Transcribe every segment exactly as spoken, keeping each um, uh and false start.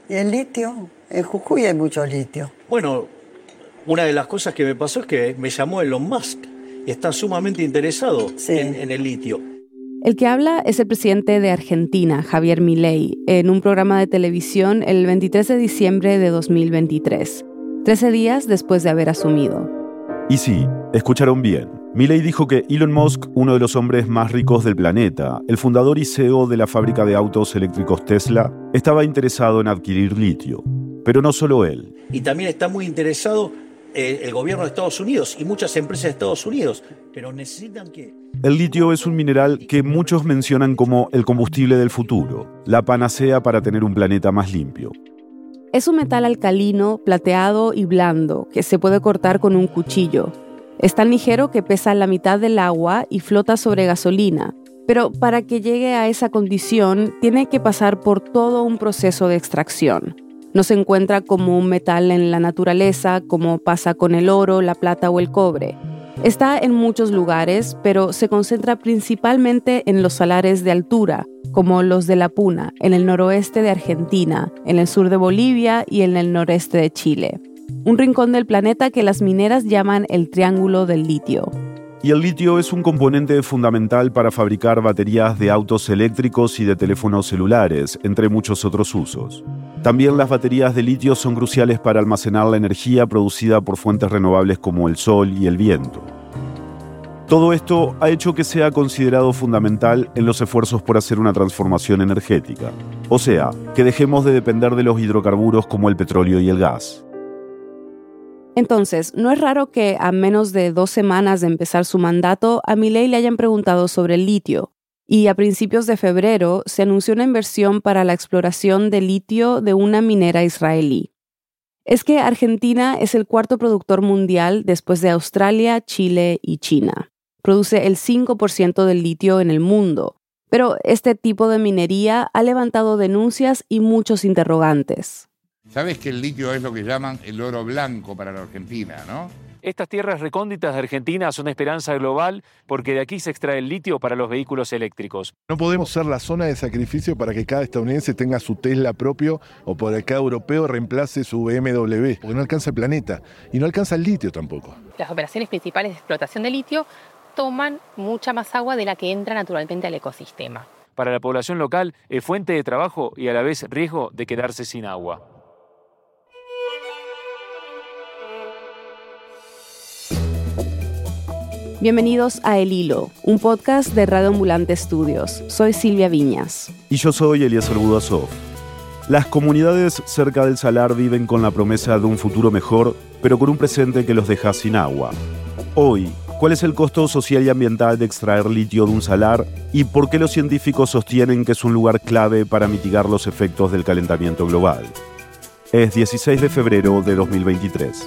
¿Y el litio? En Jujuy hay mucho litio. Bueno, una de las cosas que me pasó es que me llamó Elon Musk y está sumamente interesado sí. en, en el litio. El que habla es el presidente de Argentina, Javier Milei, en un programa de televisión el veintitrés de diciembre de dos mil veintitrés, trece días después de haber asumido. Y sí, escucharon bien. Milei dijo que Elon Musk, uno de los hombres más ricos del planeta, el fundador y C E O de la fábrica de autos eléctricos Tesla, estaba interesado en adquirir litio. Pero no solo él. Y también está muy interesado eh, el gobierno de Estados Unidos y muchas empresas de Estados Unidos, pero necesitan que... El litio es un mineral que muchos mencionan como el combustible del futuro, la panacea para tener un planeta más limpio. Es un metal alcalino, plateado y blando, que se puede cortar con un cuchillo. Es tan ligero que pesa la mitad del agua y flota sobre gasolina. Pero para que llegue a esa condición, tiene que pasar por todo un proceso de extracción. No se encuentra como un metal en la naturaleza, como pasa con el oro, la plata o el cobre. Está en muchos lugares, pero se concentra principalmente en los salares de altura, como los de la Puna, en el noroeste de Argentina, en el sur de Bolivia y en el noreste de Chile. Un rincón del planeta que las mineras llaman el Triángulo del Litio. Y el litio es un componente fundamental para fabricar baterías de autos eléctricos y de teléfonos celulares, entre muchos otros usos. También las baterías de litio son cruciales para almacenar la energía producida por fuentes renovables como el sol y el viento. Todo esto ha hecho que sea considerado fundamental en los esfuerzos por hacer una transformación energética. O sea, que dejemos de depender de los hidrocarburos como el petróleo y el gas. Entonces, no es raro que a menos de dos semanas de empezar su mandato, a Milei le hayan preguntado sobre el litio. Y a principios de febrero se anunció una inversión para la exploración de litio de una minera israelí. Es que Argentina es el cuarto productor mundial después de Australia, Chile y China. Produce el cinco por ciento del litio en el mundo. Pero este tipo de minería ha levantado denuncias y muchos interrogantes. Sabes que el litio es lo que llaman el oro blanco para la Argentina, ¿no? Estas tierras recónditas de Argentina son esperanza global porque de aquí se extrae el litio para los vehículos eléctricos. No podemos ser la zona de sacrificio para que cada estadounidense tenga su Tesla propio o para que cada europeo reemplace su B M W, porque no alcanza el planeta y no alcanza el litio tampoco. Las operaciones principales de explotación de litio toman mucha más agua de la que entra naturalmente al ecosistema. Para la población local es fuente de trabajo y a la vez riesgo de quedarse sin agua. Bienvenidos a El Hilo, un podcast de Radio Ambulante Estudios. Soy Silvia Viñas. Y yo soy Eliezer Budasov. Las comunidades cerca del salar viven con la promesa de un futuro mejor, pero con un presente que los deja sin agua. Hoy, ¿cuál es el costo social y ambiental de extraer litio de un salar? ¿Y por qué los científicos sostienen que es un lugar clave para mitigar los efectos del calentamiento global? Es dieciséis de febrero de dos mil veintitrés.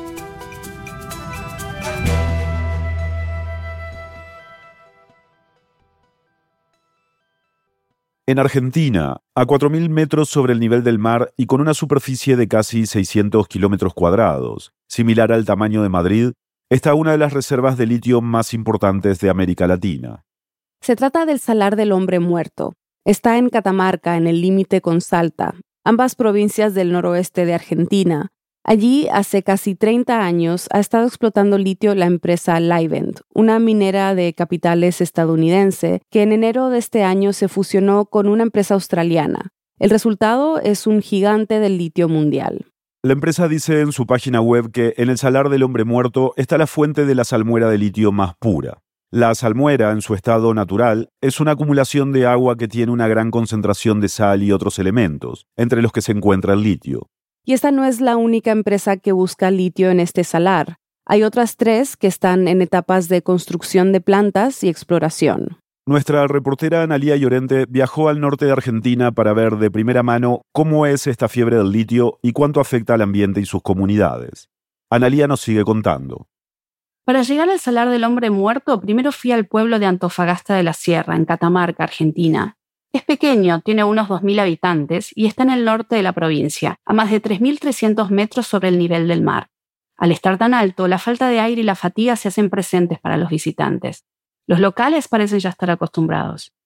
En Argentina, a cuatro mil metros sobre el nivel del mar y con una superficie de casi seiscientos kilómetros cuadrados, similar al tamaño de Madrid, está una de las reservas de litio más importantes de América Latina. Se trata del Salar del Hombre Muerto. Está en Catamarca, en el límite con Salta, ambas provincias del noroeste de Argentina. Allí, hace casi treinta años, ha estado explotando litio la empresa Livent, una minera de capitales estadounidense que en enero de este año se fusionó con una empresa australiana. El resultado es un gigante del litio mundial. La empresa dice en su página web que en el Salar del Hombre Muerto está la fuente de la salmuera de litio más pura. La salmuera, en su estado natural, es una acumulación de agua que tiene una gran concentración de sal y otros elementos, entre los que se encuentra el litio. Y esta no es la única empresa que busca litio en este salar. Hay otras tres que están en etapas de construcción de plantas y exploración. Nuestra reportera Analía Llorente viajó al norte de Argentina para ver de primera mano cómo es esta fiebre del litio y cuánto afecta al ambiente y sus comunidades. Analía nos sigue contando. Para llegar al Salar del Hombre Muerto, primero fui al pueblo de Antofagasta de la Sierra, en Catamarca, Argentina. Es pequeño, tiene unos dos mil habitantes y está en el norte de la provincia, a más de tres mil trescientos metros sobre el nivel del mar. Al estar tan alto, la falta de aire y la fatiga se hacen presentes para los visitantes. Los locales parecen ya estar acostumbrados.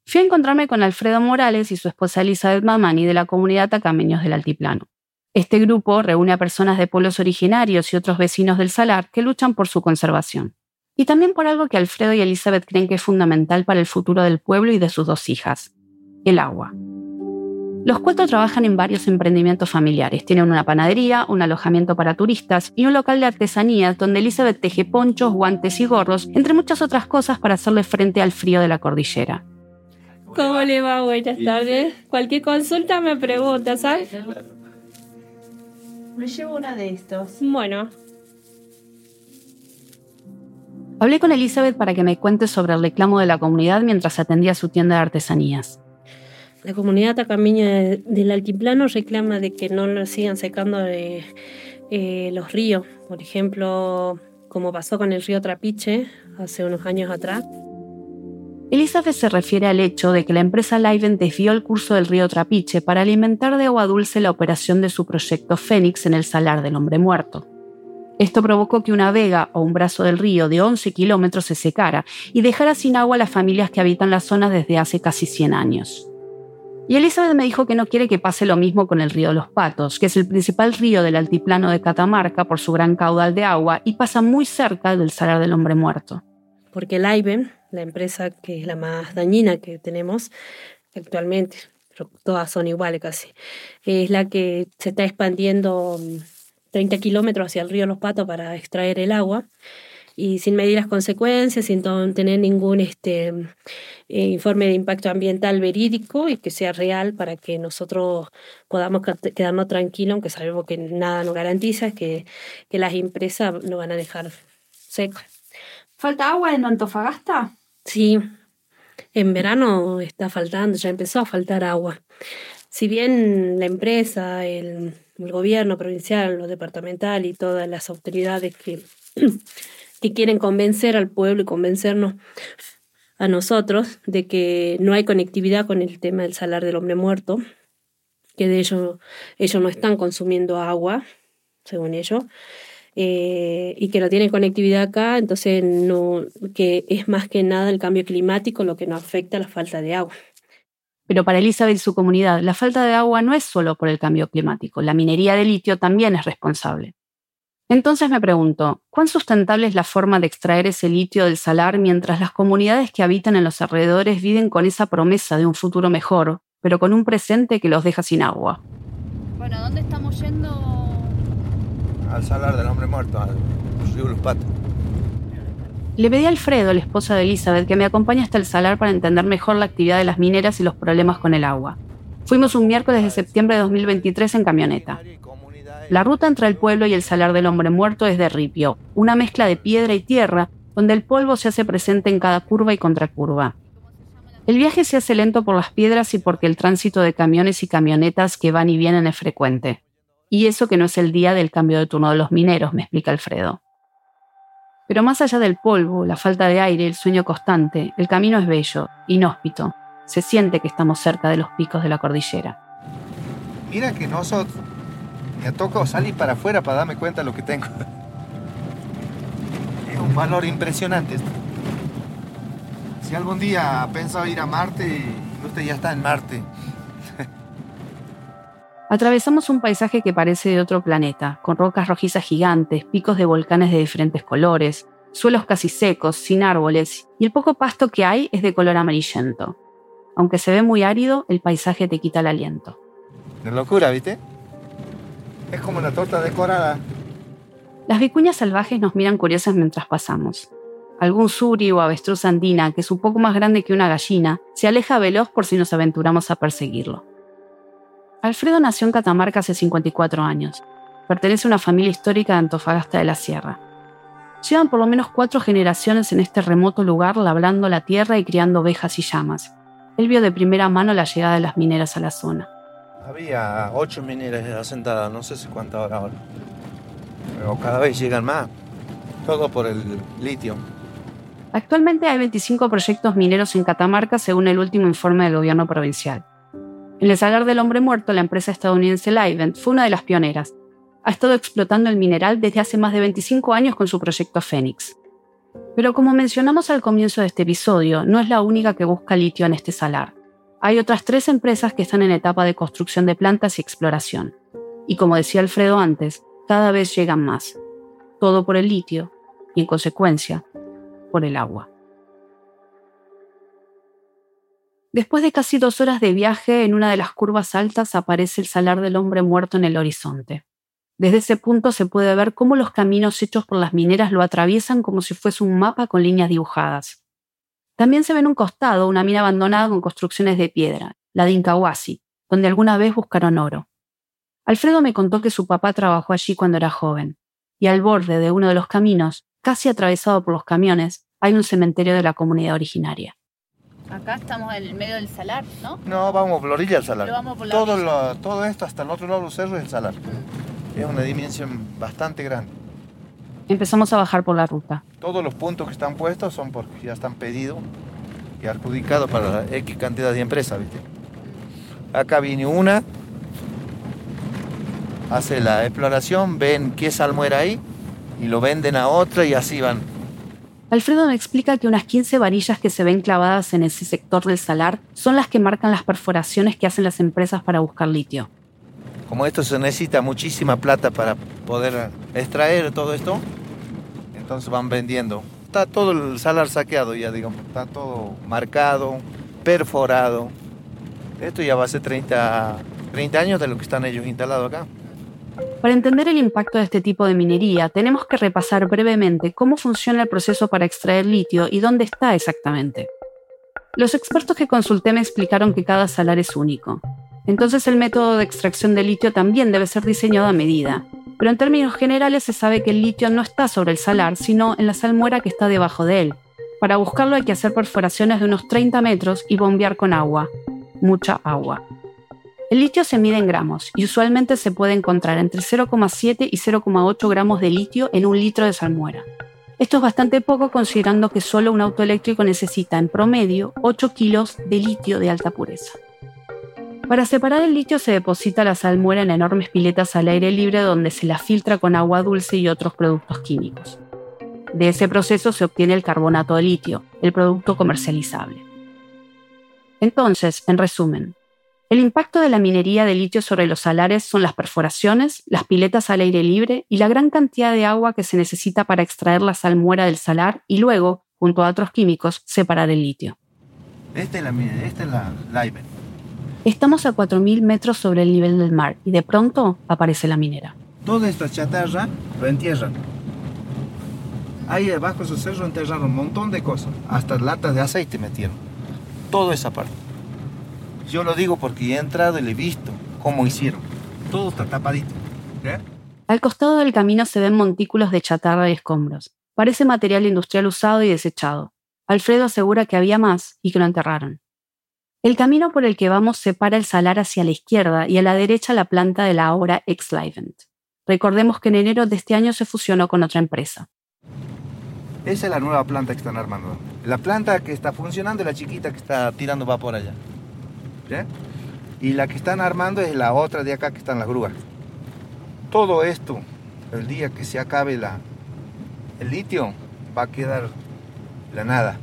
Fui a encontrarme con Alfredo Morales y su esposa Elizabeth Mamani de la comunidad Tacameños del Altiplano. Este grupo reúne a personas de pueblos originarios y otros vecinos del salar que luchan por su conservación. Y también por algo que Alfredo y Elizabeth creen que es fundamental para el futuro del pueblo y de sus dos hijas: el agua. Los cuatro trabajan en varios emprendimientos familiares. Tienen una panadería, un alojamiento para turistas y un local de artesanías donde Elizabeth teje ponchos, guantes y gorros, entre muchas otras cosas para hacerle frente al frío de la cordillera. ¿Cómo le va? Buenas tardes. Cualquier consulta me pregunta, ¿sabes? Me llevo una de estos. Bueno. Hablé con Elizabeth para que me cuente sobre el reclamo de la comunidad mientras atendía su tienda de artesanías. La comunidad tacameña del Altiplano reclama de que no lo sigan secando de, eh, los ríos. Por ejemplo, como pasó con el río Trapiche hace unos años atrás. Elizabeth se refiere al hecho de que la empresa Livent desvió el curso del río Trapiche para alimentar de agua dulce la operación de su proyecto Fénix en el Salar del Hombre Muerto. Esto provocó que una vega o un brazo del río de once kilómetros se secara y dejara sin agua a las familias que habitan la zona desde hace casi cien años. Y Elizabeth me dijo que no quiere que pase lo mismo con el río Los Patos, que es el principal río del altiplano de Catamarca por su gran caudal de agua y pasa muy cerca del Salar del Hombre Muerto. Porque Livent, la empresa que es la más dañina que tenemos actualmente, pero todas son iguales casi, es la que se está expandiendo treinta kilómetros hacia el río Los Patos para extraer el agua y sin medir las consecuencias, sin tener ningún este, eh, informe de impacto ambiental verídico y que sea real para que nosotros podamos quedarnos tranquilos, aunque sabemos que nada nos garantiza que, que las empresas nos van a dejar secas. ¿Falta agua en Antofagasta? Sí, en verano está faltando, ya empezó a faltar agua. Si bien la empresa, el, el gobierno provincial, lo departamental y todas las autoridades que, que quieren convencer al pueblo y convencernos a nosotros de que no hay conectividad con el tema del Salar del Hombre Muerto, que de ellos, ellos no están consumiendo agua, según ellos, Eh, y que no tienen conectividad acá, entonces no, que es más que nada el cambio climático lo que nos afecta a la falta de agua. Pero para Elizabeth y su comunidad, la falta de agua no es solo por el cambio climático, la minería de litio también es responsable. Entonces me pregunto, ¿cuán sustentable es la forma de extraer ese litio del salar mientras las comunidades que habitan en los alrededores viven con esa promesa de un futuro mejor, pero con un presente que los deja sin agua? Bueno, ¿dónde estamos yendo? Al Salar del Hombre Muerto, al río Los Patos. Le pedí a Alfredo, el esposo de Elizabeth, que me acompañe hasta el salar para entender mejor la actividad de las mineras y los problemas con el agua. Fuimos un miércoles de septiembre de dos mil veintitrés en camioneta. La ruta entre el pueblo y el Salar del Hombre Muerto es de ripio, una mezcla de piedra y tierra, donde el polvo se hace presente en cada curva y contracurva. El viaje se hace lento por las piedras y porque el tránsito de camiones y camionetas que van y vienen es frecuente. Y eso que no es el día del cambio de turno de los mineros, me explica Alfredo. Pero más allá del polvo, la falta de aire, el sueño constante, el camino es bello, inhóspito. Se siente que estamos cerca de los picos de la cordillera. Mira que nosotros me tocó salir para afuera para darme cuenta de lo que tengo. Es un valor impresionante esto. Si algún día ha pensado ir a Marte, usted ya está en Marte. Atravesamos un paisaje que parece de otro planeta, con rocas rojizas gigantes, picos de volcanes de diferentes colores, suelos casi secos, sin árboles, y el poco pasto que hay es de color amarillento. Aunque se ve muy árido, el paisaje te quita el aliento. Qué locura, ¿viste? Es como una torta decorada. Las vicuñas salvajes nos miran curiosas mientras pasamos. Algún suri o avestruz andina, que es un poco más grande que una gallina, se aleja veloz por si nos aventuramos a perseguirlo. Alfredo nació en Catamarca hace cincuenta y cuatro años. Pertenece a una familia histórica de Antofagasta de la Sierra. Llevan por lo menos cuatro generaciones en este remoto lugar labrando la tierra y criando ovejas y llamas. Él vio de primera mano la llegada de las mineras a la zona. Había ocho mineras asentadas, no sé si cuántas ahora ahora. Pero cada vez llegan más. Todo por el litio. Actualmente hay veinticinco proyectos mineros en Catamarca según el último informe del gobierno provincial. En el Salar del Hombre Muerto, la empresa estadounidense Livent fue una de las pioneras. Ha estado explotando el mineral desde hace más de veinticinco años con su proyecto Fénix. Pero como mencionamos al comienzo de este episodio, no es la única que busca litio en este salar. Hay otras tres empresas que están en etapa de construcción de plantas y exploración. Y como decía Alfredo antes, cada vez llegan más. Todo por el litio y, en consecuencia, por el agua. Después de casi dos horas de viaje, en una de las curvas altas aparece el Salar del Hombre Muerto en el horizonte. Desde ese punto se puede ver cómo los caminos hechos por las mineras lo atraviesan como si fuese un mapa con líneas dibujadas. También se ve en un costado una mina abandonada con construcciones de piedra, la de Incahuasi, donde alguna vez buscaron oro. Alfredo me contó que su papá trabajó allí cuando era joven, y al borde de uno de los caminos, casi atravesado por los camiones, hay un cementerio de la comunidad originaria. Acá estamos en el medio del salar, ¿no? No, vamos por la orilla del salar. Pero vamos por la todo, orilla. Lo, todo esto hasta el otro lado del cerro es el salar. Mm. Es una dimensión bastante grande. Empezamos a bajar por la ruta. Todos los puntos que están puestos son porque ya están pedidos y adjudicados para la X cantidad de empresas, ¿viste? Acá viene una, hace la exploración, ven qué salmuera hay y lo venden a otra y así van. Alfredo me explica que unas quince varillas que se ven clavadas en ese sector del salar son las que marcan las perforaciones que hacen las empresas para buscar litio. Como esto se necesita muchísima plata para poder extraer todo esto, entonces van vendiendo. Está todo el salar saqueado ya, digamos, está todo marcado, perforado. Esto ya va a ser treinta, treinta años de lo que están ellos instalados acá. Para entender el impacto de este tipo de minería, tenemos que repasar brevemente cómo funciona el proceso para extraer litio y dónde está exactamente. Los expertos que consulté me explicaron que cada salar es único. Entonces el método de extracción de litio también debe ser diseñado a medida. Pero en términos generales se sabe que el litio no está sobre el salar, sino en la salmuera que está debajo de él. Para buscarlo hay que hacer perforaciones de unos treinta metros y bombear con agua. Mucha agua. El litio se mide en gramos y usualmente se puede encontrar entre cero coma siete y cero coma ocho gramos de litio en un litro de salmuera. Esto es bastante poco considerando que solo un auto eléctrico necesita en promedio ocho kilos de litio de alta pureza. Para separar el litio se deposita la salmuera en enormes piletas al aire libre donde se la filtra con agua dulce y otros productos químicos. De ese proceso se obtiene el carbonato de litio, el producto comercializable. Entonces, en resumen, el impacto de la minería de litio sobre los salares son las perforaciones, las piletas al aire libre y la gran cantidad de agua que se necesita para extraer la salmuera del salar y luego, junto a otros químicos, separar el litio. Esta es la, esta es la Livent. Estamos a cuatro mil metros sobre el nivel del mar y de pronto aparece la minera. Toda esta chatarra lo entierran. Ahí debajo de esos cerros enterraron un montón de cosas. Hasta latas de aceite metieron. Toda esa parte. Yo lo digo porque he entrado y le he visto cómo hicieron. Todo está tapadito. ¿Eh? Al costado del camino se ven montículos de chatarra y escombros. Parece material industrial usado y desechado. Alfredo asegura que había más y que lo enterraron. El camino por el que vamos separa el salar hacia la izquierda y a la derecha la planta de la ahora ex-Livent. Recordemos que en enero de este año se fusionó con otra empresa. Esa es la nueva planta que están armando. La planta que está funcionando es la chiquita que está tirando vapor allá. ¿Sí? Y la que están armando es la otra de acá que están las grúas. Todo esto, el día que se acabe la, el litio, va a quedar la nada.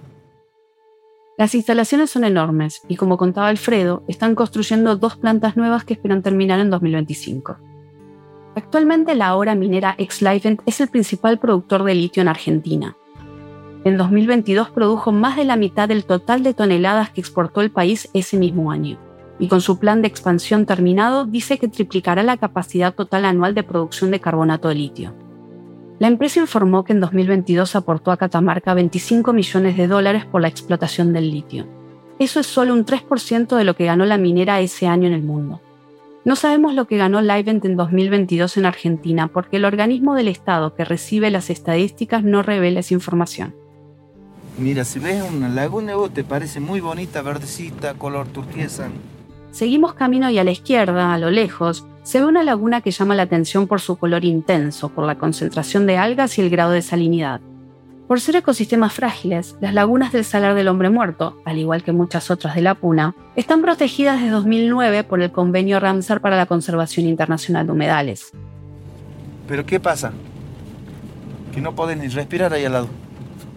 Las instalaciones son enormes y, como contaba Alfredo, están construyendo dos plantas nuevas que esperan terminar en dos mil veinticinco. Actualmente la ahora minera ex-Livent es el principal productor de litio en Argentina. En dos mil veintidós produjo más de la mitad del total de toneladas que exportó el país ese mismo año, y con su plan de expansión terminado dice que triplicará la capacidad total anual de producción de carbonato de litio. La empresa informó que en dos mil veintidós aportó a Catamarca veinticinco millones de dólares por la explotación del litio. Eso es solo un tres por ciento de lo que ganó la minera ese año en el mundo. No sabemos lo que ganó Livent en dos mil veintidós en Argentina porque el organismo del Estado que recibe las estadísticas no revela esa información. Mira, si ves una laguna, te parece muy bonita, verdecita, color turquesa. Seguimos camino y a la izquierda, a lo lejos, se ve una laguna que llama la atención por su color intenso, por la concentración de algas y el grado de salinidad. Por ser ecosistemas frágiles, las lagunas del Salar del Hombre Muerto, al igual que muchas otras de la Puna, están protegidas desde dos mil nueve por el Convenio Ramsar para la Conservación Internacional de Humedales. ¿Pero qué pasa? Que no podés ni respirar ahí al lado.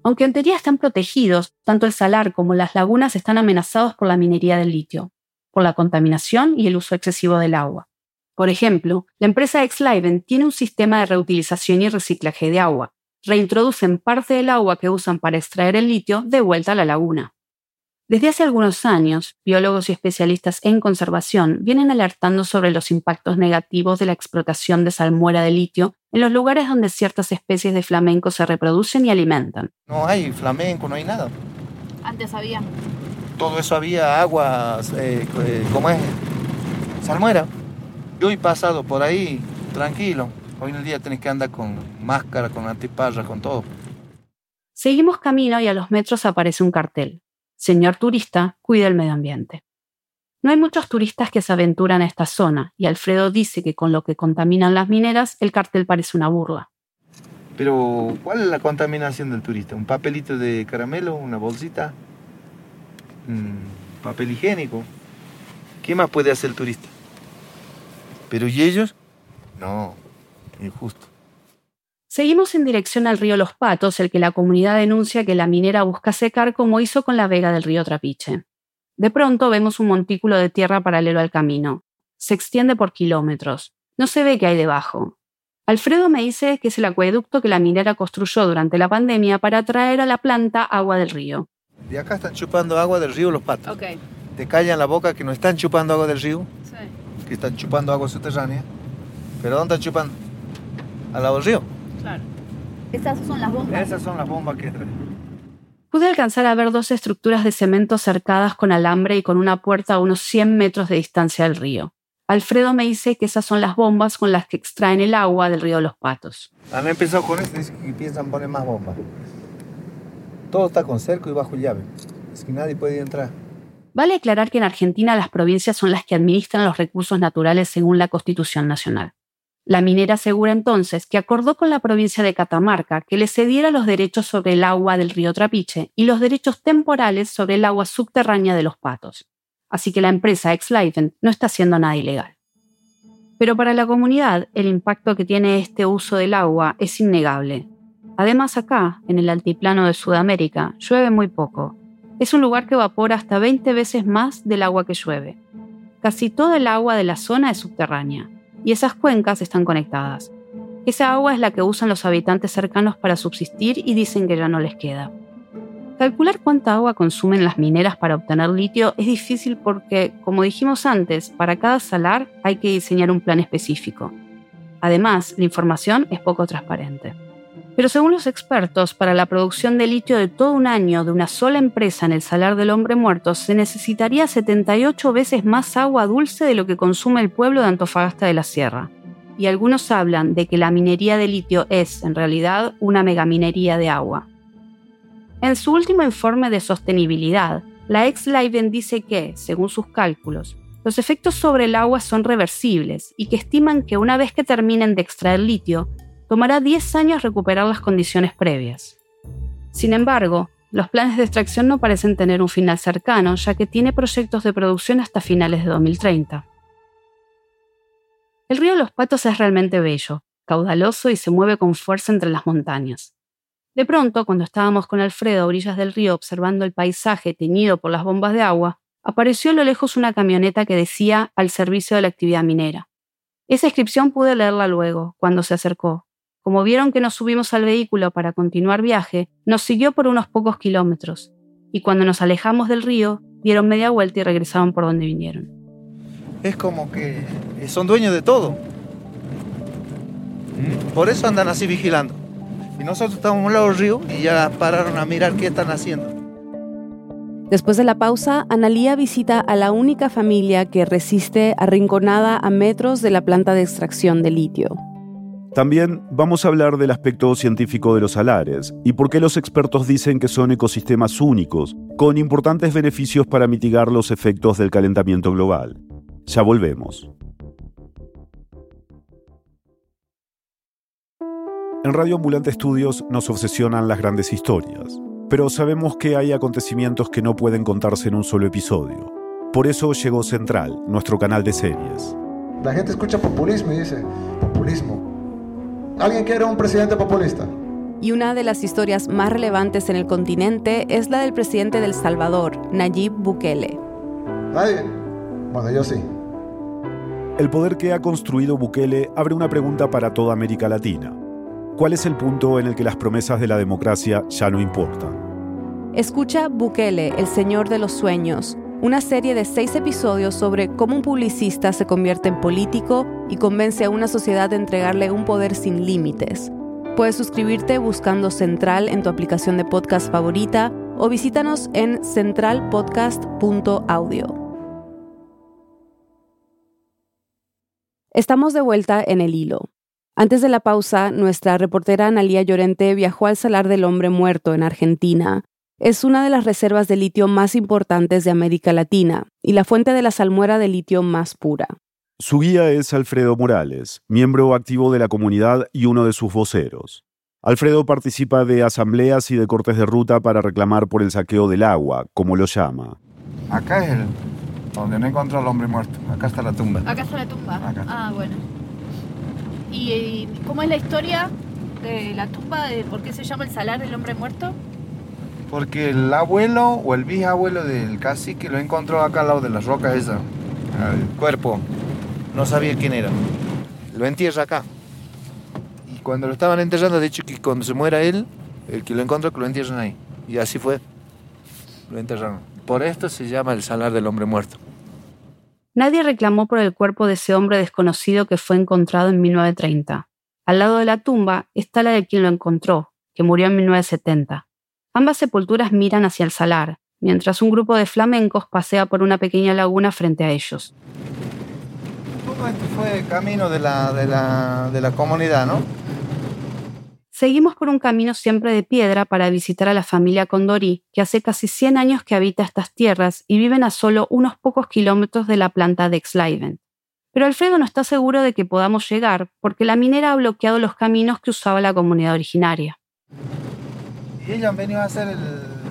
Aunque en teoría están protegidos, tanto el salar como las lagunas están amenazados por la minería del litio, por la contaminación y el uso excesivo del agua. Por ejemplo, la empresa Exliven tiene un sistema de reutilización y reciclaje de agua. Reintroducen parte del agua que usan para extraer el litio de vuelta a la laguna. Desde hace algunos años, biólogos y especialistas en conservación vienen alertando sobre los impactos negativos de la explotación de salmuera de litio en los lugares donde ciertas especies de flamenco se reproducen y alimentan. No hay flamenco, no hay nada. Antes había. Todo eso había agua, eh, eh, ¿cómo es? Salmuera. Yo he pasado por ahí tranquilo. Hoy en el día tenés que andar con máscara, con antiparras, con todo. Seguimos camino y a los metros aparece un cartel. Señor turista, cuide el medio ambiente. No hay muchos turistas que se aventuran a esta zona, y Alfredo dice que con lo que contaminan las mineras, el cartel parece una burla. Pero, ¿cuál es la contaminación del turista? ¿Un papelito de caramelo? ¿Una bolsita? ¿Un papel higiénico? ¿Qué más puede hacer el turista? ¿Pero y ellos? No, injusto. Seguimos en dirección al río Los Patos, el que la comunidad denuncia que la minera busca secar como hizo con la vega del río Trapiche. De pronto vemos un montículo de tierra paralelo al camino. Se extiende por kilómetros. No se ve qué hay debajo. Alfredo me dice que es el acueducto que la minera construyó durante la pandemia para traer a la planta agua del río. De acá están chupando agua del río Los Patos. Okay. Te callan la boca que no están chupando agua del río, Sí. que están chupando agua subterránea. ¿Pero dónde están chupando? Al lado del río. Claro. Esas son las bombas. Esas son las bombas que traen. Pude alcanzar a ver dos estructuras de cemento cercadas con alambre y con una puerta a unos cien metros de distancia del río. Alfredo me dice que esas son las bombas con las que extraen el agua del río Los Patos. Han empezado con esto y piensan poner más bombas. Todo está con cerco y bajo llave. Es que nadie puede entrar. Vale aclarar que en Argentina las provincias son las que administran los recursos naturales según la Constitución Nacional. La minera asegura entonces que acordó con la provincia de Catamarca que le cediera los derechos sobre el agua del río Trapiche y los derechos temporales sobre el agua subterránea de Los Patos. Así que la empresa Exliven no está haciendo nada ilegal. Pero para la comunidad, el impacto que tiene este uso del agua es innegable. Además, acá, en el altiplano de Sudamérica, llueve muy poco. Es un lugar que evapora hasta veinte veces más del agua que llueve. Casi toda el agua de la zona es subterránea. Y esas cuencas están conectadas. Esa agua es la que usan los habitantes cercanos para subsistir y dicen que ya no les queda. Calcular cuánta agua consumen las mineras para obtener litio es difícil porque, como dijimos antes, para cada salar hay que diseñar un plan específico. Además, la información es poco transparente. Pero según los expertos, para la producción de litio de todo un año de una sola empresa en el Salar del Hombre Muerto se necesitaría setenta y ocho veces más agua dulce de lo que consume el pueblo de Antofagasta de la Sierra. Y algunos hablan de que la minería de litio es, en realidad, una megaminería de agua. En su último informe de sostenibilidad, la Exliven dice que, según sus cálculos, los efectos sobre el agua son reversibles y que estiman que una vez que terminen de extraer litio, tomará diez años recuperar las condiciones previas. Sin embargo, los planes de extracción no parecen tener un final cercano, ya que tiene proyectos de producción hasta finales de dos mil treinta. El río Los Patos es realmente bello, caudaloso y se mueve con fuerza entre las montañas. De pronto, cuando estábamos con Alfredo a orillas del río observando el paisaje teñido por las bombas de agua, apareció a lo lejos una camioneta que decía «al servicio de la actividad minera». Esa inscripción pude leerla luego, cuando se acercó. Como vieron que nos subimos al vehículo para continuar viaje, nos siguió por unos pocos kilómetros, y cuando nos alejamos del río, dieron media vuelta y regresaban por donde vinieron. Es como que son dueños de todo. Por eso andan así vigilando. Y nosotros estamos a un lado del río y ya pararon a mirar qué están haciendo. Después de la pausa, Analía visita a la única familia que resiste arrinconada a metros de la planta de extracción de litio. También vamos a hablar del aspecto científico de los salares y por qué los expertos dicen que son ecosistemas únicos, con importantes beneficios para mitigar los efectos del calentamiento global. Ya volvemos. En Radio Ambulante Estudios nos obsesionan las grandes historias, pero sabemos que hay acontecimientos que no pueden contarse en un solo episodio. Por eso llegó Central, nuestro canal de series. La gente escucha populismo y dice, populismo. ¿Alguien quiere un presidente populista? Y una de las historias más relevantes en el continente es la del presidente de El Salvador, Nayib Bukele. ¿Nadie? Bueno, yo sí. El poder que ha construido Bukele abre una pregunta para toda América Latina. ¿Cuál es el punto en el que las promesas de la democracia ya no importan? Escucha Bukele, el Señor de los Sueños, una serie de seis episodios sobre cómo un publicista se convierte en político y convence a una sociedad de entregarle un poder sin límites. Puedes suscribirte buscando Central en tu aplicación de podcast favorita o visítanos en central podcast punto audio. Estamos de vuelta en El Hilo. Antes de la pausa, nuestra reportera Analía Llorente viajó al Salar del Hombre Muerto en Argentina. Es una de las reservas de litio más importantes de América Latina y la fuente de la salmuera de litio más pura. Su guía es Alfredo Morales, miembro activo de la comunidad y uno de sus voceros. Alfredo participa de asambleas y de cortes de ruta para reclamar por el saqueo del agua, como lo llama. Acá es el donde no encontró al hombre muerto. Acá está la tumba. Acá está la tumba. Acá. Ah, bueno. ¿Y, y cómo es la historia de la tumba? De ¿Por qué se llama el Salar del Hombre Muerto? Porque el abuelo o el bisabuelo del cacique lo encontró acá al lado de las rocas esa. El cuerpo. No sabía quién era. Lo entierra acá. Y cuando lo estaban enterrando, de hecho que cuando se muera él, el que lo encontró, que lo entierran ahí. Y así fue. Lo enterraron. Por esto se llama el Salar del Hombre Muerto. Nadie reclamó por el cuerpo de ese hombre desconocido que fue encontrado en mil novecientos treinta. Al lado de la tumba está la de quien lo encontró, que murió en mil novecientos setenta. Ambas sepulturas miran hacia el salar, mientras un grupo de flamencos pasea por una pequeña laguna frente a ellos. Todo esto fue camino de la, de la, de la comunidad, ¿no? Seguimos por un camino siempre de piedra para visitar a la familia Condorí, que hace casi cien años que habita estas tierras y viven a solo unos pocos kilómetros de la planta de Exlivent. Pero Alfredo no está seguro de que podamos llegar porque la minera ha bloqueado los caminos que usaba la comunidad originaria. Y ellos han venido a hacer el,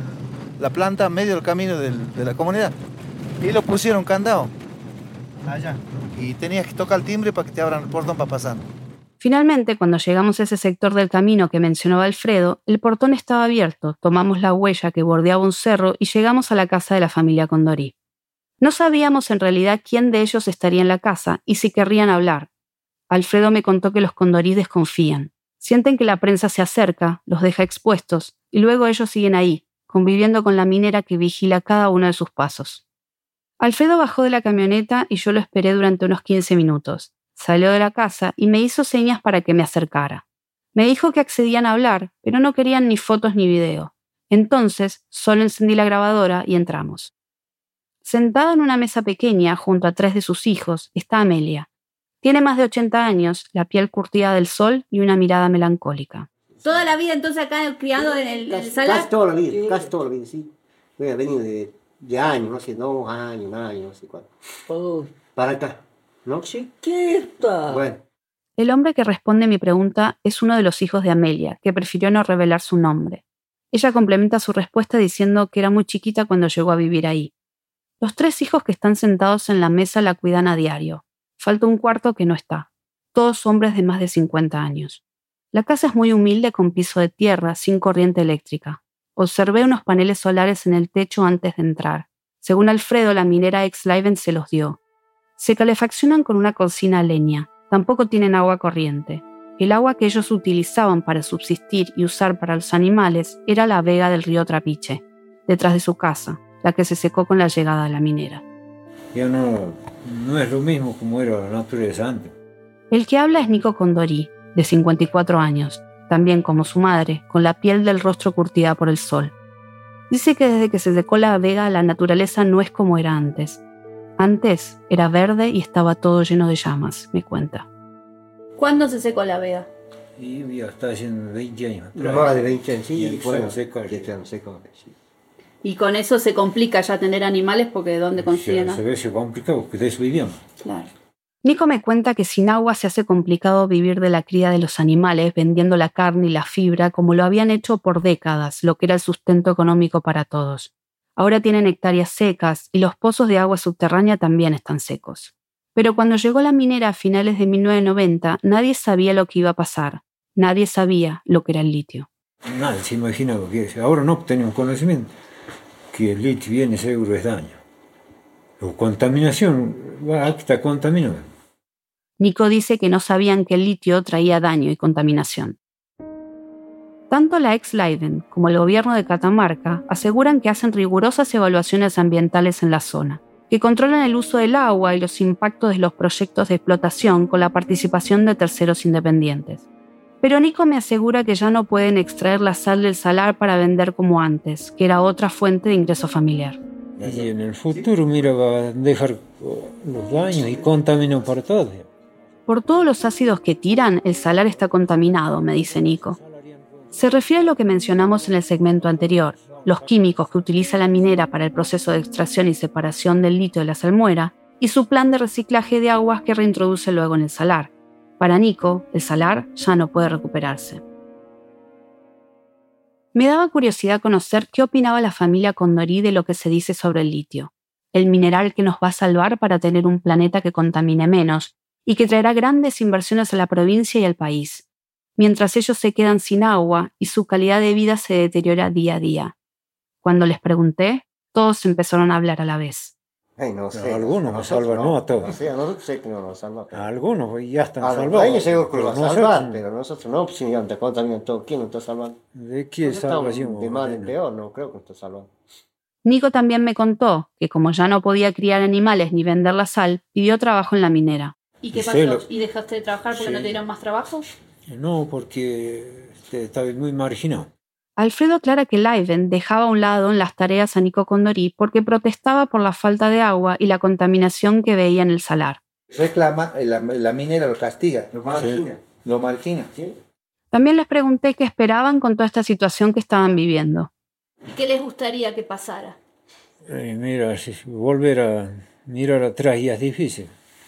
la planta en medio del camino del, de la comunidad. Y lo pusieron candado allá. Y tenías que tocar el timbre para que te abran el portón para pasar. Finalmente, cuando llegamos a ese sector del camino que mencionaba Alfredo, el portón estaba abierto, tomamos la huella que bordeaba un cerro y llegamos a la casa de la familia Condorí. No sabíamos en realidad quién de ellos estaría en la casa y si querrían hablar. Alfredo me contó que los Condorí desconfían. Sienten que la prensa se acerca, los deja expuestos, y luego ellos siguen ahí, conviviendo con la minera que vigila cada uno de sus pasos. Alfredo bajó de la camioneta y yo lo esperé durante unos quince minutos. Salió de la casa y me hizo señas para que me acercara. Me dijo que accedían a hablar, pero no querían ni fotos ni video. Entonces, solo encendí la grabadora y entramos. Sentada en una mesa pequeña, junto a tres de sus hijos, está Amelia. Tiene más de ochenta años, la piel curtida del sol y una mirada melancólica. ¿Toda la vida entonces acá criado en el, casi, el salar? Casi toda la vida, sí. casi toda la vida, sí. Voy a venir de, de años, no sé, dos años, un año, no sé cuánto. Oh. Para acá. ¿No? Chiquita. Bueno. El hombre que responde mi pregunta es uno de los hijos de Amelia, que prefirió no revelar su nombre. Ella complementa su respuesta diciendo que era muy chiquita cuando llegó a vivir ahí. Los tres hijos que están sentados en la mesa la cuidan a diario. Falta un cuarto que no está. Todos hombres de más de cincuenta años. La casa es muy humilde con piso de tierra, sin corriente eléctrica. Observé unos paneles solares en el techo antes de entrar. Según Alfredo, la minera Exlivent se los dio. Se calefaccionan con una cocina a leña. Tampoco tienen agua corriente. El agua que ellos utilizaban para subsistir y usar para los animales era la vega del río Trapiche, detrás de su casa, la que se secó con la llegada de la minera. Ya no, no es lo mismo como era la naturaleza antes. El que habla es Nico Condorí, de cincuenta y cuatro años, también como su madre, con la piel del rostro curtida por el sol. Dice que desde que se secó la vega la naturaleza no es como era antes. Antes era verde y estaba todo lleno de llamas, me cuenta. ¿Cuándo se secó la vega? Y ya está haciendo veinte años. No, más de veinte años, sí. Y fueron secos. Sí. Y con eso se complica ya tener animales porque ¿de dónde consiguen? Se ve, se complica porque de eso vivíamos. Claro. Nico me cuenta que sin agua se hace complicado vivir de la cría de los animales, vendiendo la carne y la fibra como lo habían hecho por décadas, lo que era el sustento económico para todos. Ahora tienen hectáreas secas y los pozos de agua subterránea también están secos. Pero cuando llegó la minera a finales de mil novecientos noventa, nadie sabía lo que iba a pasar. Nadie sabía lo que era el litio. Nadie se imagina lo que es. Ahora no tenemos conocimiento que el litio viene seguro es daño. O contaminación, aquí está contaminado. Nico dice que no sabían que el litio traía daño y contaminación. Tanto la ex-Livent como el gobierno de Catamarca aseguran que hacen rigurosas evaluaciones ambientales en la zona, que controlan el uso del agua y los impactos de los proyectos de explotación con la participación de terceros independientes. Pero Nico me asegura que ya no pueden extraer la sal del salar para vender como antes, que era otra fuente de ingreso familiar. Y en el futuro, mira, va a dejar los daños y contaminó para todo. Por todos los ácidos que tiran, el salar está contaminado, me dice Nico. Se refiere a lo que mencionamos en el segmento anterior, los químicos que utiliza la minera para el proceso de extracción y separación del litio de la salmuera y su plan de reciclaje de aguas que reintroduce luego en el salar. Para Nico, el salar ya no puede recuperarse. Me daba curiosidad conocer qué opinaba la familia Condorí de lo que se dice sobre el litio, el mineral que nos va a salvar para tener un planeta que contamine menos y que traerá grandes inversiones a la provincia y al país, mientras ellos se quedan sin agua y su calidad de vida se deteriora día a día. Cuando les pregunté, todos empezaron a hablar a la vez. Ay, no sé. No, algunos nos salvan, no a todos. No sé, a nosotros sé que no nos salvan. A algunos ya están a salvados. A ellos seguro que lo va a salvar, nosotros, pero nosotros no, pues si ya te contaminan todo. ¿Quién nos está salvando? ¿De qué salvación? De mal en peor, no creo que nos está salvando. Nico también me contó que como ya no podía criar animales ni vender la sal, pidió trabajo en la minera. ¿Y qué pasó? ¿Y dejaste de trabajar porque sí. no te dieron más trabajo? No, porque estaba muy marginado. Alfredo aclara que Livent dejaba a un lado en las tareas a Nico Condorí porque protestaba por la falta de agua y la contaminación que veía en el salar. Reclama, la, la minera lo castiga, lo margina. Sí. Lo margina. ¿Sí? También les pregunté qué esperaban con toda esta situación que estaban viviendo. ¿Qué les gustaría que pasara? Eh, mira, si volver a mirar atrás ya es difícil.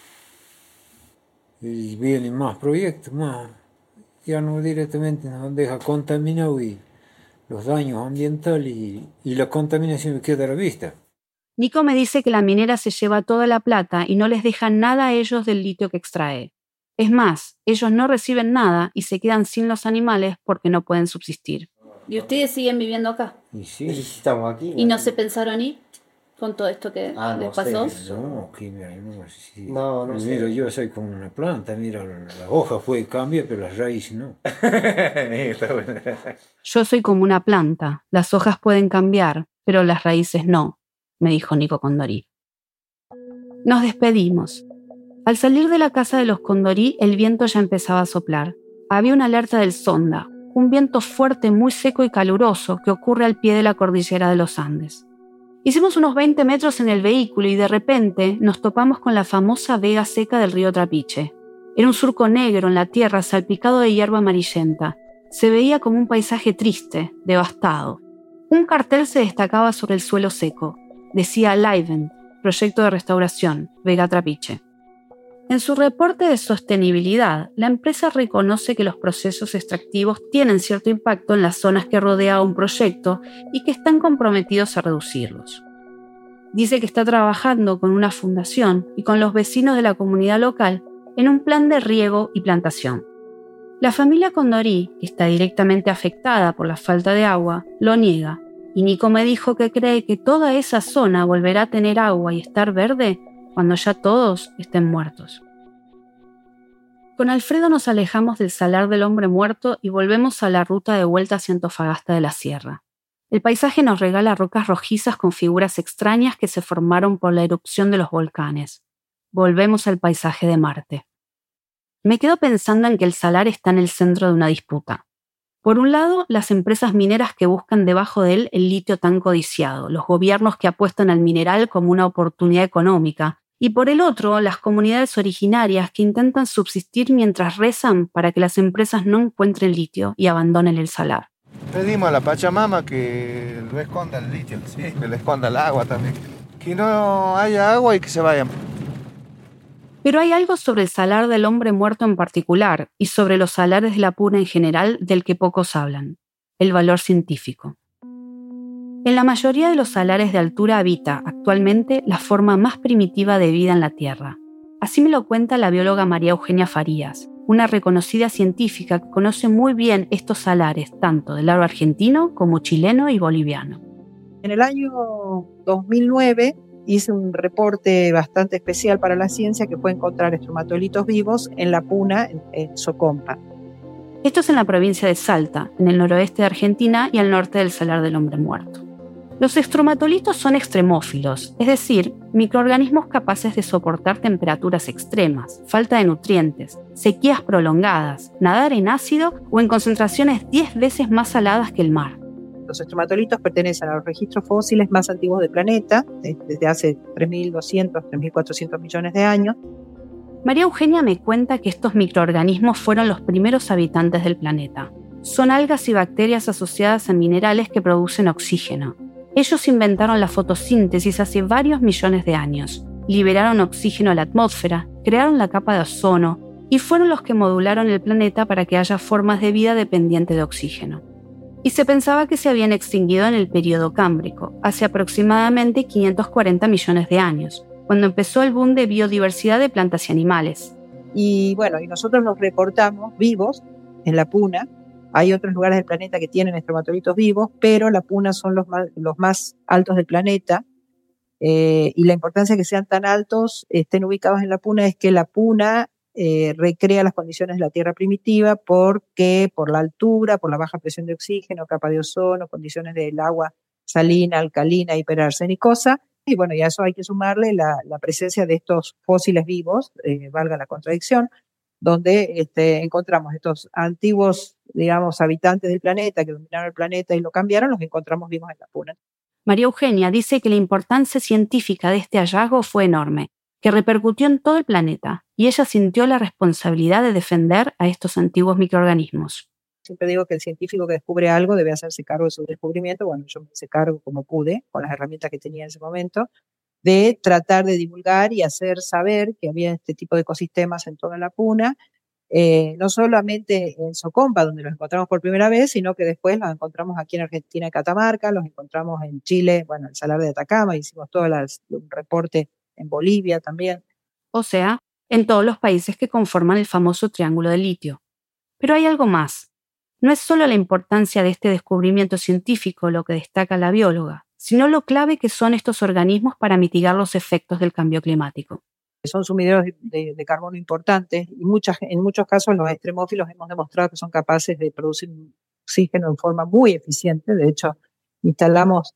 Y vienen más proyectos, más. Ya no directamente nos deja contaminado y los daños ambientales y, y la contaminación queda a la vista. Nico me dice que la minera se lleva toda la plata y no les deja nada a ellos del litio que extrae. Es más, ellos no reciben nada y se quedan sin los animales porque no pueden subsistir. ¿Y ustedes siguen viviendo acá? Y sí, estamos aquí. ¿Y no se pensaron ir con todo esto que ah, no les pasó? Sé, no, que mira, no, sí. no, no mira, sé. Yo soy como una planta, mira, la hoja puede cambiar, pero las raíces no. Yo soy como una planta, las hojas pueden cambiar, pero las raíces no, me dijo Nico Condorí. Nos despedimos. Al salir de la casa de los Condorí, el viento ya empezaba a soplar. Había una alerta del Sonda, un viento fuerte, muy seco y caluroso que ocurre al pie de la cordillera de los Andes. Hicimos unos veinte metros en el vehículo y de repente nos topamos con la famosa vega seca del río Trapiche. Era un surco negro en la tierra salpicado de hierba amarillenta. Se veía como un paisaje triste, devastado. Un cartel se destacaba sobre el suelo seco. Decía Livent, proyecto de restauración, Vega Trapiche. En su reporte de sostenibilidad, la empresa reconoce que los procesos extractivos tienen cierto impacto en las zonas que rodea un proyecto y que están comprometidos a reducirlos. Dice que está trabajando con una fundación y con los vecinos de la comunidad local en un plan de riego y plantación. La familia Condorí, que está directamente afectada por la falta de agua, lo niega, y Nico me dijo que cree que toda esa zona volverá a tener agua y estar verde cuando ya todos estén muertos. Con Alfredo nos alejamos del Salar del Hombre Muerto y volvemos a la ruta de vuelta hacia Antofagasta de la Sierra. El paisaje nos regala rocas rojizas con figuras extrañas que se formaron por la erupción de los volcanes. Volvemos al paisaje de Marte. Me quedo pensando en que el salar está en el centro de una disputa. Por un lado, las empresas mineras que buscan debajo de él el litio tan codiciado, los gobiernos que apuestan al mineral como una oportunidad económica, y por el otro, las comunidades originarias que intentan subsistir mientras rezan para que las empresas no encuentren litio y abandonen el salar. Pedimos a la Pachamama que lo esconda el litio, sí, que le esconda el agua también. Que no haya agua y que se vayan. Pero hay algo sobre el Salar del Hombre Muerto en particular y sobre los salares de la Puna en general del que pocos hablan: el valor científico. En la mayoría de los salares de altura habita, actualmente, la forma más primitiva de vida en la Tierra. Así me lo cuenta la bióloga María Eugenia Farías, una reconocida científica que conoce muy bien estos salares, tanto del lado argentino como chileno y boliviano. En el año dos mil nueve hice un reporte bastante especial para la ciencia, que fue encontrar estromatolitos vivos en la puna, en, en Socompa. Esto es en la provincia de Salta, en el noroeste de Argentina y al norte del Salar del Hombre Muerto. Los estromatolitos son extremófilos, es decir, microorganismos capaces de soportar temperaturas extremas, falta de nutrientes, sequías prolongadas, nadar en ácido o en concentraciones diez veces más saladas que el mar. Los estromatolitos pertenecen a los registros fósiles más antiguos del planeta, desde hace tres mil doscientos, tres mil cuatrocientos millones de años. María Eugenia me cuenta que estos microorganismos fueron los primeros habitantes del planeta. Son algas y bacterias asociadas a minerales que producen oxígeno. Ellos inventaron la fotosíntesis hace varios millones de años, liberaron oxígeno a la atmósfera, crearon la capa de ozono y fueron los que modularon el planeta para que haya formas de vida dependientes de oxígeno. Y se pensaba que se habían extinguido en el período cámbrico, hace aproximadamente quinientos cuarenta millones de años, cuando empezó el boom de biodiversidad de plantas y animales. Y bueno, y nosotros los reportamos vivos en la puna. Hay otros lugares del planeta que tienen estromatolitos vivos, pero la puna son los más, los más altos del planeta. Eh, y la importancia de que sean tan altos, estén ubicados en la puna, es que la puna eh, recrea las condiciones de la Tierra primitiva, porque por la altura, por la baja presión de oxígeno, capa de ozono, condiciones del agua salina, alcalina, hiperarsenicosa. Y bueno, y a eso hay que sumarle la, la presencia de estos fósiles vivos, eh, valga la contradicción, donde este, encontramos estos antiguos, digamos, habitantes del planeta que dominaron el planeta y lo cambiaron, los encontramos vivos en la puna. María Eugenia dice que la importancia científica de este hallazgo fue enorme, que repercutió en todo el planeta, y ella sintió la responsabilidad de defender a estos antiguos microorganismos. Siempre digo que el científico que descubre algo debe hacerse cargo de su descubrimiento. Bueno, yo me hice cargo como pude, con las herramientas que tenía en ese momento, de tratar de divulgar y hacer saber que había este tipo de ecosistemas en toda la puna, eh, no solamente en Socompa, donde los encontramos por primera vez, sino que después los encontramos aquí en Argentina, en Catamarca, los encontramos en Chile, bueno, en el Salar de Atacama, hicimos todo las, un reporte en Bolivia también. O sea, en todos los países que conforman el famoso Triángulo de Litio. Pero hay algo más. No es solo la importancia de este descubrimiento científico lo que destaca la bióloga, sino lo clave que son estos organismos para mitigar los efectos del cambio climático. Son sumideros de, de, de carbono importantes y muchas, en muchos casos los extremófilos hemos demostrado que son capaces de producir oxígeno en forma muy eficiente. De hecho, instalamos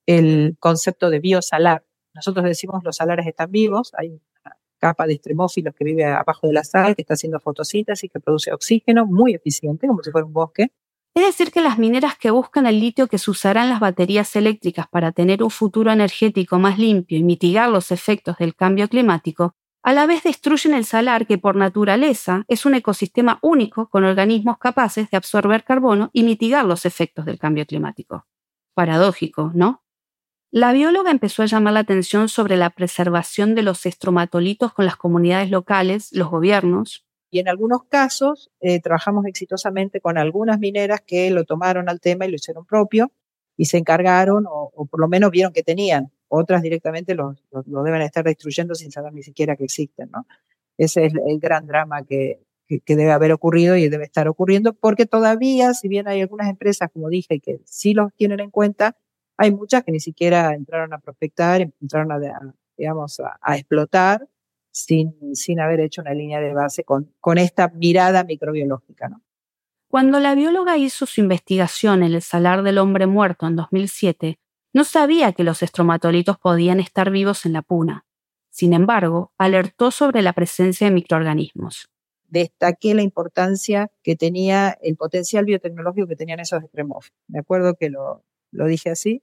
el concepto de biosalar. Nosotros decimos los salares están vivos, hay una capa de extremófilos que vive abajo de la sal, que está haciendo fotosíntesis, que produce oxígeno muy eficiente, como si fuera un bosque. Es decir, que las mineras que buscan el litio que se usará en las baterías eléctricas para tener un futuro energético más limpio y mitigar los efectos del cambio climático, a la vez destruyen el salar que por naturaleza es un ecosistema único con organismos capaces de absorber carbono y mitigar los efectos del cambio climático. Paradójico, ¿no? La bióloga empezó a llamar la atención sobre la preservación de los estromatolitos con las comunidades locales, los gobiernos. Y en algunos casos eh, trabajamos exitosamente con algunas mineras que lo tomaron al tema y lo hicieron propio y se encargaron o, o por lo menos vieron que tenían. Otras directamente lo, lo, lo deben estar destruyendo sin saber ni siquiera que existen, ¿no? Ese es el gran drama que, que, que debe haber ocurrido y debe estar ocurriendo, porque todavía, si bien hay algunas empresas, como dije, que sí los tienen en cuenta, hay muchas que ni siquiera entraron a prospectar, entraron a, a digamos, a, a explotar sin, sin haber hecho una línea de base con, con esta mirada microbiológica, ¿no? Cuando la bióloga hizo su investigación en el Salar del Hombre Muerto en dos mil siete, no sabía que los estromatolitos podían estar vivos en la puna. Sin embargo, alertó sobre la presencia de microorganismos. Destaqué la importancia que tenía, el potencial biotecnológico que tenían esos extremófilos. Me acuerdo que lo, lo dije así.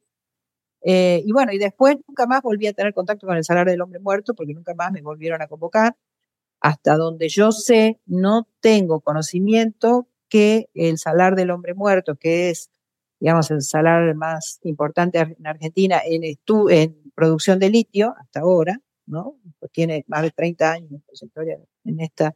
Eh, y bueno, y después nunca más volví a tener contacto con el Salar del Hombre Muerto, porque nunca más me volvieron a convocar. Hasta donde yo sé, no tengo conocimiento que el Salar del Hombre Muerto, que es, digamos, el salar más importante en Argentina en, estu- en producción de litio hasta ahora, ¿no? Pues tiene más de treinta años de trayectoria en esta,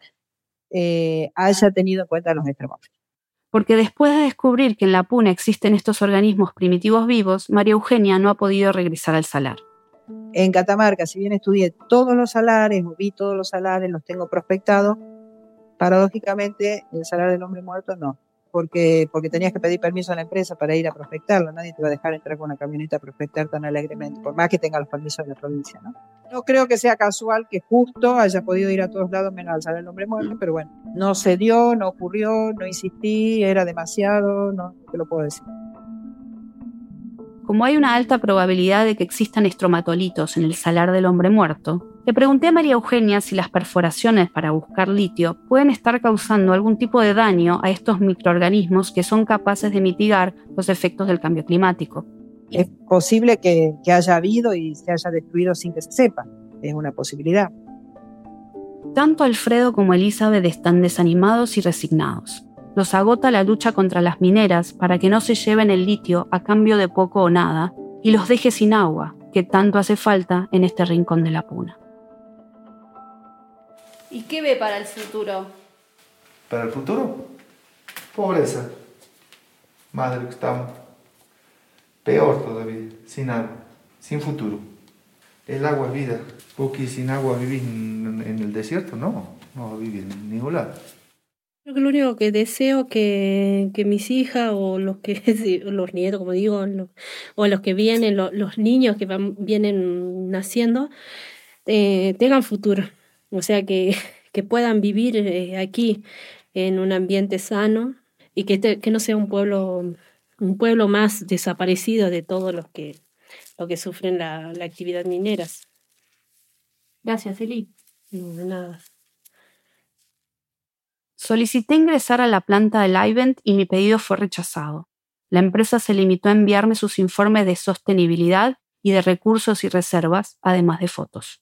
eh, haya tenido en cuenta los extremófilos. Porque después de descubrir que en la puna existen estos organismos primitivos vivos, María Eugenia no ha podido regresar al salar. En Catamarca, si bien estudié todos los salares, o vi todos los salares, los tengo prospectados, Paradójicamente, el salar del hombre muerto no, porque, porque tenías que pedir permiso a la empresa para ir a prospectarlo. Nadie te va a dejar entrar con una camioneta a prospectar tan alegremente, por más que tenga los permisos de la provincia, ¿no? No creo que sea casual que justo haya podido ir a todos lados menos al salar del hombre muerto, pero bueno, no se dio, no ocurrió, no insistí, era demasiado, no te lo puedo decir. Como hay una alta probabilidad de que existan estromatolitos en el salar del hombre muerto, le pregunté a María Eugenia si las perforaciones para buscar litio pueden estar causando algún tipo de daño a estos microorganismos que son capaces de mitigar los efectos del cambio climático. Es posible que, que haya habido y se haya destruido sin que se sepa. Es una posibilidad. Tanto Alfredo como Elizabeth están desanimados y resignados. Los agota la lucha contra las mineras para que no se lleven el litio a cambio de poco o nada y los deje sin agua, que tanto hace falta en este rincón de la Puna. ¿Y qué ve para el futuro? ¿Para el futuro? Pobreza. Más de lo que estamos. Peor todavía, sin agua, sin futuro. El agua es vida. Porque sin agua vivís en, en el desierto, no, no vivís en ningún lado. Creo que lo único que deseo que, que mis hijas o los que los nietos, como digo, los, o los que vienen, los, los niños que van, vienen naciendo, eh, tengan futuro. O sea, que, que puedan vivir eh, aquí en un ambiente sano y que, te, que no sea un pueblo, un pueblo más desaparecido de todos los que, los que sufren la, la actividad minera. Gracias, Eli. No, de nada. Solicité ingresar a la planta del Livent y mi pedido fue rechazado. La empresa se limitó a enviarme sus informes de sostenibilidad y de recursos y reservas, además de fotos.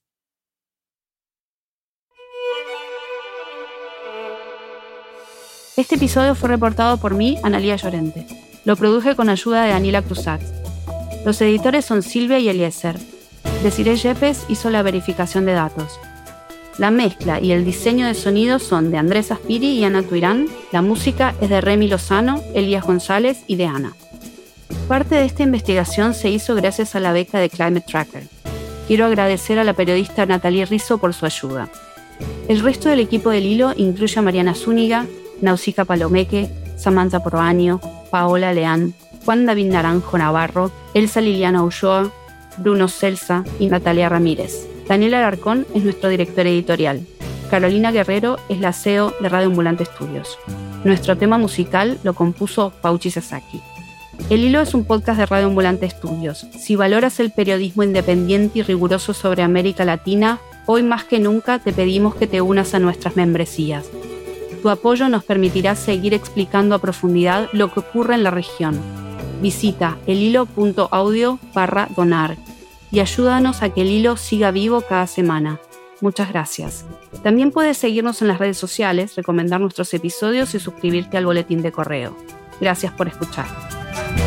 Este episodio fue reportado por mí, Analía Llorente. Lo produje con ayuda de Daniela Cruzat. Los editores son Silvia y Eliezer. Desiree Yepes hizo la verificación de datos. La mezcla y el diseño de sonido son de Andrés Aspiri y Ana Tuirán. La música es de Remy Lozano, Elías González y de Ana. Parte de esta investigación se hizo gracias a la beca de Climate Tracker. Quiero agradecer a la periodista Natalie Rizzo por su ayuda. El resto del equipo del Hilo incluye a Mariana Zúñiga, Nausicaa Palomeque, Samantha Proaño, Paola Leán, Juan David Naranjo Navarro, Elsa Liliana Ulloa, Bruno Celsa y Natalia Ramírez. Daniel Alarcón es nuestro director editorial. Carolina Guerrero es la C E O de Radio Ambulante Estudios. Nuestro tema musical lo compuso Pauchi Sasaki. El Hilo es un podcast de Radio Ambulante Estudios. Si valoras el periodismo independiente y riguroso sobre América Latina, hoy más que nunca te pedimos que te unas a nuestras membresías. Tu apoyo nos permitirá seguir explicando a profundidad lo que ocurre en la región. Visita elhilo punto audio barra donar y ayúdanos a que el Hilo siga vivo cada semana. Muchas gracias. También puedes seguirnos en las redes sociales, recomendar nuestros episodios y suscribirte al boletín de correo. Gracias por escuchar.